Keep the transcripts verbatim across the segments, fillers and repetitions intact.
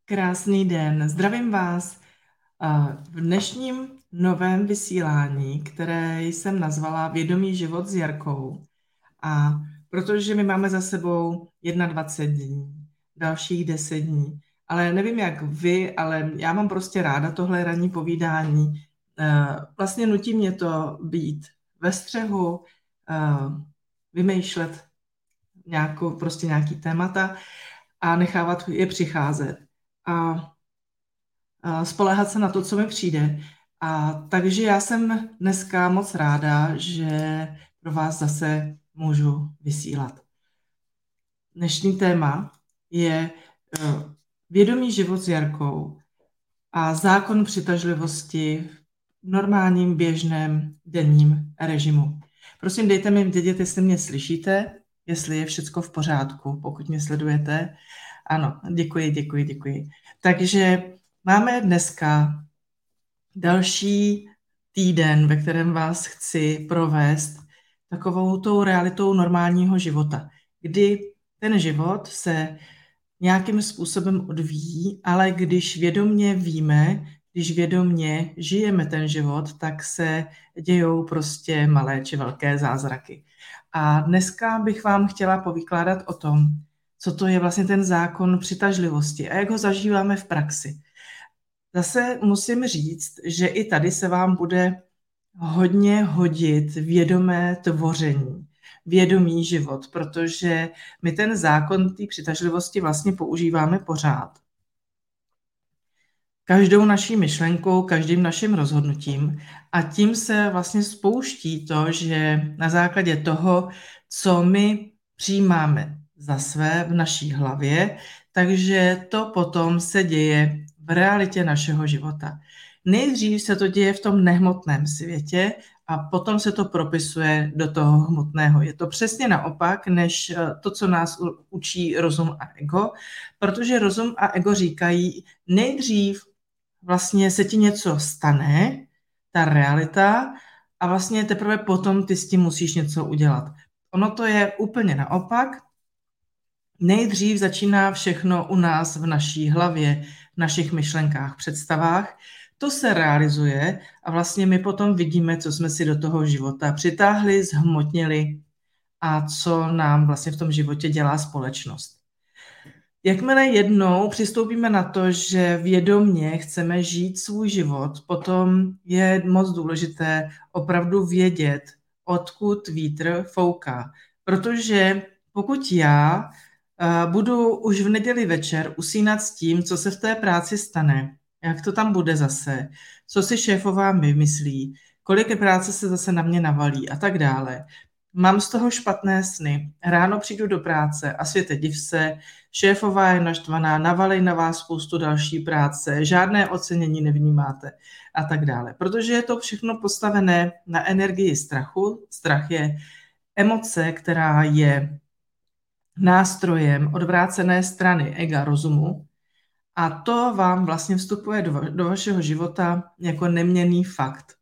Krásný den, zdravím vás. V dnešním novém vysílání, které jsem nazvala Vědomý život s Jarkou, a protože my máme za sebou dvacet jedna dní, dalších deset dní, ale nevím jak vy, ale já mám prostě ráda tohle ranní povídání. Vlastně nutí mě to být ve střehu, vymýšlet nějakou, prostě nějaký témata a nechávat je přicházet. A spoléhat se na to, co mi přijde. A takže já jsem dneska moc ráda, že pro vás zase můžu vysílat. Dnešní téma je vědomý život s Jarkou a zákon přitažlivosti v normálním, běžném, denním režimu. Prosím, dejte mi vědět, jestli mě slyšíte, jestli je všecko v pořádku, pokud mě sledujete. Ano, děkuji, děkuji, děkuji. Takže máme dneska další týden, ve kterém vás chci provést takovou tou realitou normálního života, kdy ten život se nějakým způsobem odvíjí, ale když vědomně víme, když vědomně žijeme ten život, tak se dějou prostě malé či velké zázraky. A dneska bych vám chtěla povykládat o tom, co to je vlastně ten zákon přitažlivosti a jak ho zažíváme v praxi. Zase musím říct, že i tady se vám bude hodně hodit vědomé tvoření, vědomý život, protože my ten zákon té přitažlivosti vlastně používáme pořád. Každou naší myšlenkou, každým naším rozhodnutím a tím se vlastně spouští to, že na základě toho, co my přijímáme za své v naší hlavě, takže to potom se děje v realitě našeho života. Nejdřív se to děje v tom nehmotném světě a potom se to propisuje do toho hmotného. Je to přesně naopak, než to, co nás učí rozum a ego, protože rozum a ego říkají, nejdřív vlastně se ti něco stane, ta realita, a vlastně teprve potom ty s tím musíš něco udělat. Ono to je úplně naopak. Nejdřív začíná všechno u nás v naší hlavě, v našich myšlenkách, představách. To se realizuje a vlastně my potom vidíme, co jsme si do toho života přitáhli, zhmotnili a co nám vlastně v tom životě dělá společnost. Jakmile jednou přistoupíme na to, že vědomě chceme žít svůj život, potom je moc důležité opravdu vědět, odkud vítr fouká. Protože pokud já budu už v neděli večer usínat s tím, co se v té práci stane, jak to tam bude zase, co si šéfová vymyslí, kolik práce se zase na mě navalí a tak dále. Mám z toho špatné sny, ráno přijdu do práce a světe div se, šéfová je naštvaná, navalej na vás spoustu další práce, žádné ocenění nevnímáte a tak dále. Protože je to všechno postavené na energii strachu. Strach je emoce, která je nástrojem odvrácené strany ega rozumu a to vám vlastně vstupuje do, va- do vašeho života jako neměnný fakt.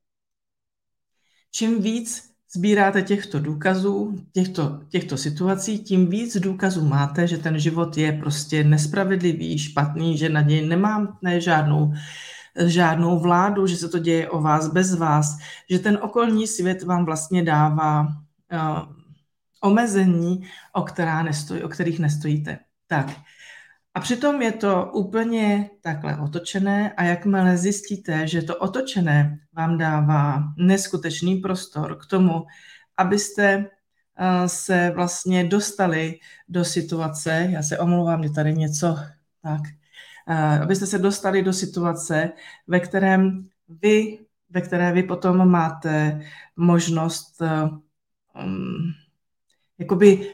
Čím víc sbíráte těchto důkazů, těchto, těchto situací, tím víc důkazů máte, že ten život je prostě nespravedlivý, špatný, že na něj nemáte žádnou, žádnou vládu, že se to děje o vás bez vás, že ten okolní svět vám vlastně dává uh, omezení, o, která nestojí, o kterých nestojíte. Tak. A přitom je to úplně takhle otočené a jakmile zjistíte, že to otočené vám dává neskutečný prostor k tomu, abyste se vlastně dostali do situace, já se omlouvám, je tady něco, tak, abyste se dostali do situace, ve kterém vy, ve které vy potom máte možnost um, jakoby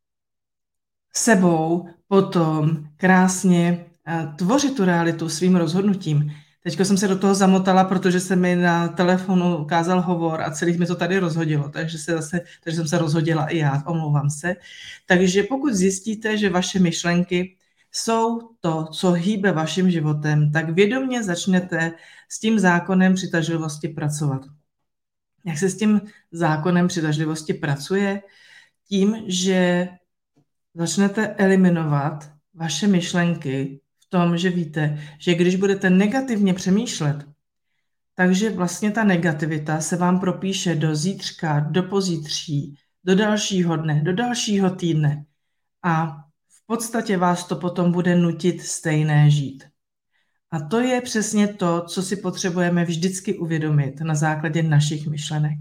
sebou potom krásně tvořit tu realitu svým rozhodnutím. Teďko jsem se do toho zamotala, protože se mi na telefonu ukázal hovor a celý mi to tady rozhodilo, takže, se zase, takže jsem se rozhodila i já, omlouvám se. Takže pokud zjistíte, že vaše myšlenky jsou to, co hýbe vaším životem, tak vědomě začnete s tím zákonem přitažlivosti pracovat. Jak se s tím zákonem přitažlivosti pracuje? Tím, že začnete eliminovat vaše myšlenky v tom, že víte, že když budete negativně přemýšlet, takže vlastně ta negativita se vám propíše do zítřka, do pozítří, do dalšího dne, do dalšího týdne a v podstatě vás to potom bude nutit stejné žít. A to je přesně to, co si potřebujeme vždycky uvědomit na základě našich myšlenek.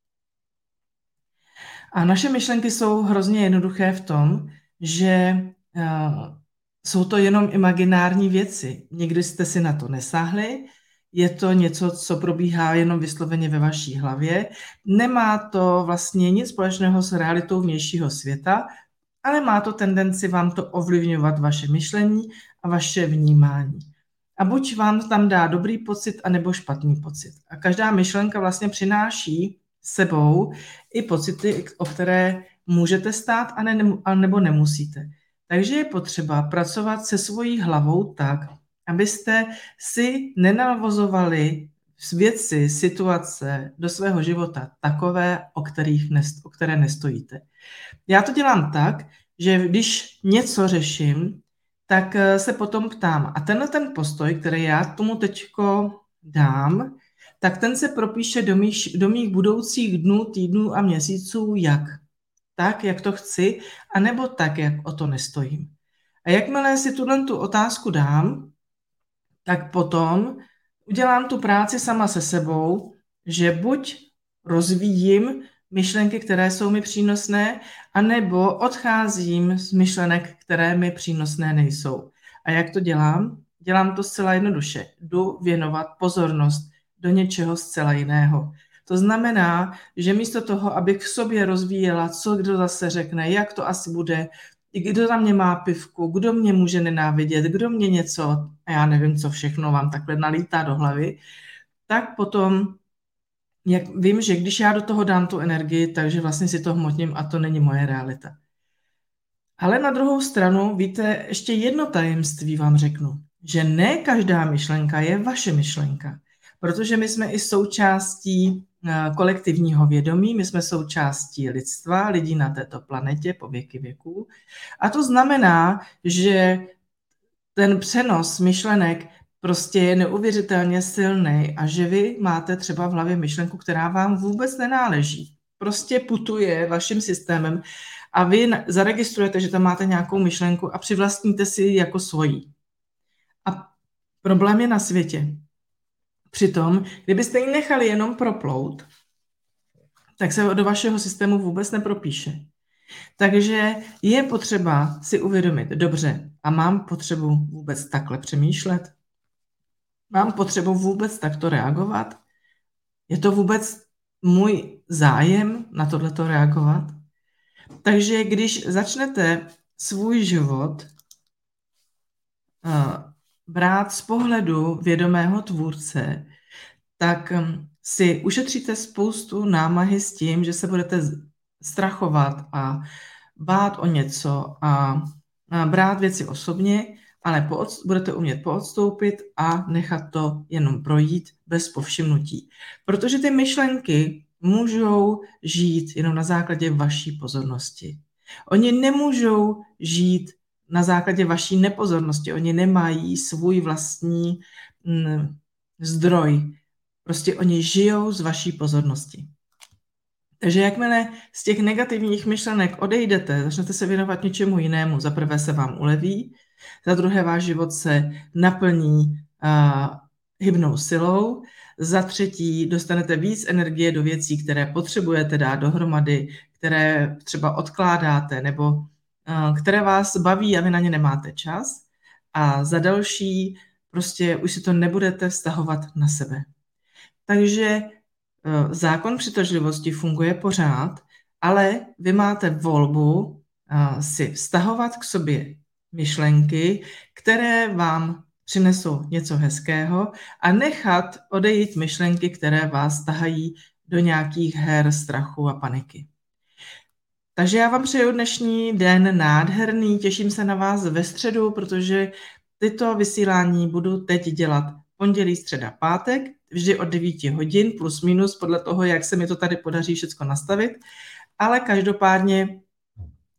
A naše myšlenky jsou hrozně jednoduché v tom, že uh, jsou to jenom imaginární věci. Nikdy jste si na to nesáhli, je to něco, co probíhá jenom vysloveně ve vaší hlavě. Nemá to vlastně nic společného s realitou vnějšího světa, ale má to tendenci vám to ovlivňovat vaše myšlení a vaše vnímání. A buď vám tam dá dobrý pocit, anebo špatný pocit. A každá myšlenka vlastně přináší sebou i pocity, o které můžete stát, a nebo nemusíte. Takže je potřeba pracovat se svojí hlavou tak, abyste si nenavozovali věci, situace do svého života takové, o, kterých nest, o které nestojíte. Já to dělám tak, že když něco řeším, tak se potom ptám. A tenhle ten postoj, který já tomu teďko dám, tak ten se propíše do mých, do mých budoucích dnů, týdnů a měsíců jak? Tak, jak to chci, anebo tak, jak o to nestojím. A jakmile si tuhle tu otázku dám, tak potom udělám tu práci sama se sebou, že buď rozvíjím myšlenky, které jsou mi přínosné, anebo odcházím z myšlenek, které mi přínosné nejsou. A jak to dělám? Dělám to zcela jednoduše. Jdu věnovat pozornost do něčeho zcela jiného. To znamená, že místo toho, abych v sobě rozvíjela, co kdo zase řekne, jak to asi bude, kdo na mě má pivku, kdo mě může nenávidět, kdo mě něco, a já nevím, co všechno vám takhle nalítá do hlavy, tak potom jak vím, že když já do toho dám tu energii, takže vlastně si to hmotním a to není moje realita. Ale na druhou stranu, víte, ještě jedno tajemství vám řeknu, že ne každá myšlenka je vaše myšlenka, protože my jsme i součástí kolektivního vědomí, my jsme součástí lidstva, lidí na této planetě po věky věků. A to znamená, že ten přenos myšlenek prostě je neuvěřitelně silný a že vy máte třeba v hlavě myšlenku, která vám vůbec nenáleží. Prostě putuje vaším systémem a vy zaregistrujete, že tam máte nějakou myšlenku a přivlastníte si ji jako svoji. A problém je na světě. Přitom, kdybyste ji nechali jenom proplout, tak se do vašeho systému vůbec nepropíše. Takže je potřeba si uvědomit, dobře, a mám potřebu vůbec takhle přemýšlet? Mám potřebu vůbec takto reagovat? Je to vůbec můj zájem na tohleto reagovat? Takže když začnete svůj život uh, brát z pohledu vědomého tvůrce, tak um, si ušetříte spoustu námahy s tím, že se budete strachovat a bát o něco a, a brát věci osobně, ale pood, budete umět poodstoupit a nechat to jenom projít bez povšimnutí. Protože ty myšlenky můžou žít jenom na základě vaší pozornosti. Oni nemůžou žít na základě vaší nepozornosti. Oni nemají svůj vlastní mm, zdroj. Prostě oni žijou z vaší pozornosti. Takže jakmile z těch negativních myšlenek odejdete, začnete se věnovat něčemu jinému, za prvé se vám uleví, za druhé váš život se naplní uh, hybnou silou, za třetí dostanete víc energie do věcí, které potřebujete dát dohromady, které třeba odkládáte nebo uh, které vás baví a vy na ně nemáte čas. A za další prostě už si to nebudete vztahovat na sebe. Takže zákon přitažlivosti funguje pořád, ale vy máte volbu si vztahovat k sobě myšlenky, které vám přinesou něco hezkého a nechat odejít myšlenky, které vás tahají do nějakých her, strachu a paniky. Takže já vám přeju dnešní den nádherný, těším se na vás ve středu, protože tyto vysílání budu teď dělat pondělí, středa, pátek, vždy od devíti hodin, plus minus, podle toho, jak se mi to tady podaří všechno nastavit, ale každopádně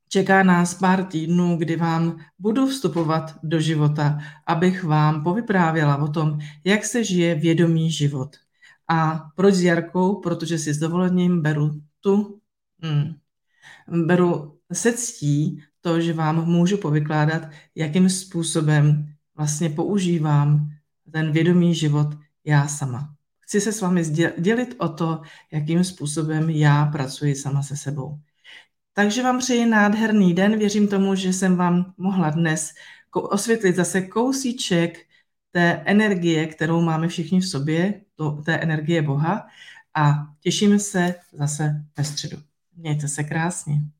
Čeká nás pár týdnů, kdy vám budu vstupovat do života, abych vám povyprávěla o tom, jak se žije vědomý život. A proč s Jarkou? Protože si s dovolením beru tu, hmm, beru se ctí to, že vám můžu povykládat, jakým způsobem vlastně používám ten vědomý život já sama. Chci se s vámi dělit o to, jakým způsobem já pracuji sama se sebou. Takže vám přeji nádherný den. Věřím tomu, že jsem vám mohla dnes osvětlit zase kousíček té energie, kterou máme všichni v sobě, to, té energie Boha. A těším se zase ve středu. Mějte se krásně.